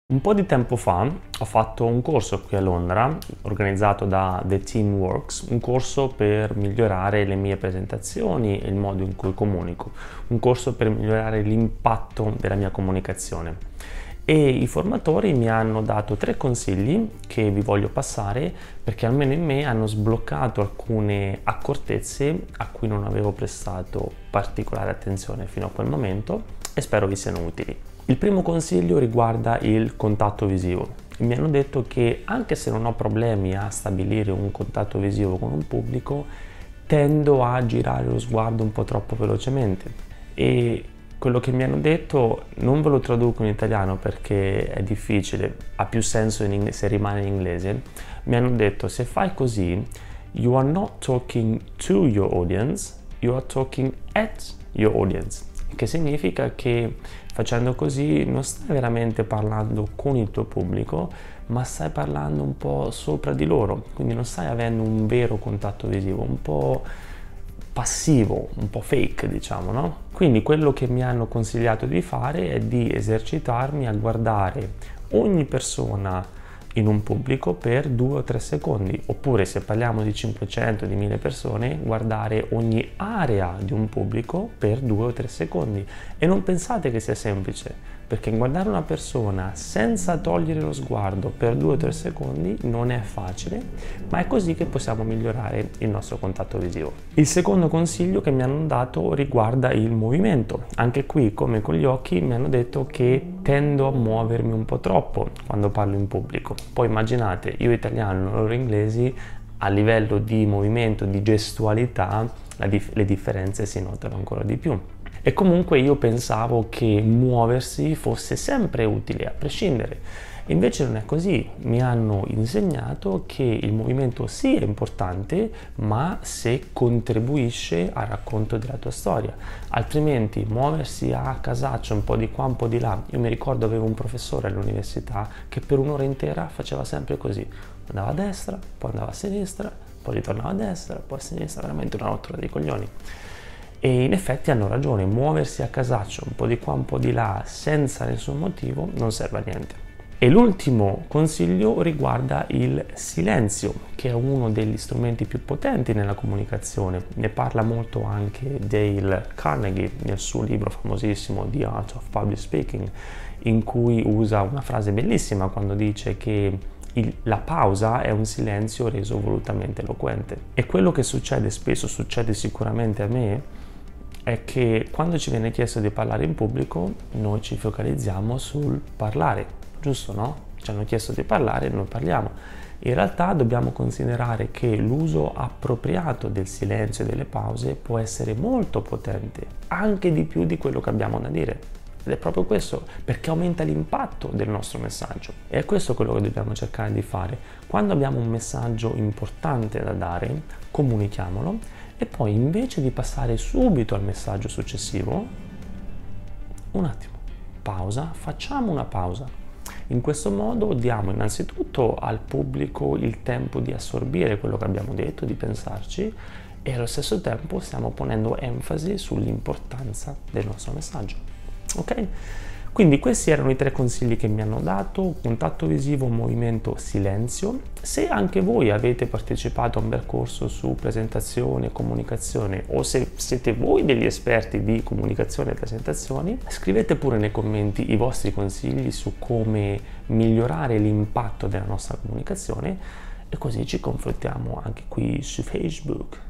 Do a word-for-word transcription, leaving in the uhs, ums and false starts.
Un po' di tempo fa ho fatto un corso qui a Londra, organizzato da The Teamworks, un corso per migliorare le mie presentazioni e il modo in cui comunico, un corso per migliorare l'impatto della mia comunicazione. E i formatori mi hanno dato tre consigli che vi voglio passare perché almeno in me hanno sbloccato alcune accortezze a cui non avevo prestato particolare attenzione fino a quel momento e spero vi siano utili. Il primo consiglio riguarda il contatto visivo. Mi hanno detto che anche se non ho problemi a stabilire un contatto visivo con un pubblico, tendo a girare lo sguardo un po' troppo velocemente. E quello che mi hanno detto non ve lo traduco in italiano perché è difficile, ha più senso in inglese, se rimane in inglese. Mi hanno detto: se fai così, you are not talking to your audience, you are talking at your audience. Che significa che facendo così non stai veramente parlando con il tuo pubblico, ma stai parlando un po' sopra di loro, quindi non stai avendo un vero contatto visivo, un po' passivo, un po' fake, diciamo, no? Quindi quello che mi hanno consigliato di fare è di esercitarmi a guardare ogni persona in un pubblico per due o tre secondi, oppure se parliamo di cinquecento, di mille persone, guardare ogni area di un pubblico per due o tre secondi. E non pensate che sia semplice, perché guardare una persona senza togliere lo sguardo per due o tre secondi non è facile, ma è così che possiamo migliorare il nostro contatto visivo. Il secondo consiglio che mi hanno dato riguarda il movimento. Anche qui, come con gli occhi, mi hanno detto che tendo a muovermi un po' troppo quando parlo in pubblico. Poi immaginate, io italiano, loro inglesi, a livello di movimento, di gestualità, la dif- le differenze si notano ancora di più. E comunque io pensavo che muoversi fosse sempre utile, a prescindere. Invece non è così. Mi hanno insegnato che il movimento sì è importante, ma se contribuisce al racconto della tua storia. Altrimenti muoversi a casaccio un po' di qua, un po' di là. Io mi ricordo avevo un professore all'università che per un'ora intera faceva sempre così. Andava a destra, poi andava a sinistra, poi ritornava a destra, poi a sinistra, veramente una rottura di coglioni. E in effetti hanno ragione, muoversi a casaccio un po' di qua un po' di là senza nessun motivo non serve a niente. E l'ultimo consiglio riguarda il silenzio, che è uno degli strumenti più potenti nella comunicazione. Ne parla molto anche Dale Carnegie nel suo libro famosissimo The Art of Public Speaking, in cui usa una frase bellissima quando dice che Il, la pausa è un silenzio reso volutamente eloquente. E quello che succede spesso, succede sicuramente a me, è che quando ci viene chiesto di parlare in pubblico noi ci focalizziamo sul parlare, giusto, no? Ci hanno chiesto di parlare, noi parliamo. In realtà dobbiamo considerare che l'uso appropriato del silenzio e delle pause può essere molto potente, anche di più di quello che abbiamo da dire. Ed è proprio questo, perché aumenta l'impatto del nostro messaggio. E è questo quello che dobbiamo cercare di fare. Quando abbiamo un messaggio importante da dare, comunichiamolo e poi invece di passare subito al messaggio successivo, un attimo, pausa, facciamo una pausa. In questo modo diamo innanzitutto al pubblico il tempo di assorbire quello che abbiamo detto, di pensarci, e allo stesso tempo stiamo ponendo enfasi sull'importanza del nostro messaggio. Ok? Quindi questi erano i tre consigli che mi hanno dato: contatto visivo, movimento, silenzio. Se anche voi avete partecipato a un percorso su presentazione e comunicazione, o se siete voi degli esperti di comunicazione e presentazioni, scrivete pure nei commenti i vostri consigli su come migliorare l'impatto della nostra comunicazione, e così ci confrontiamo anche qui su Facebook.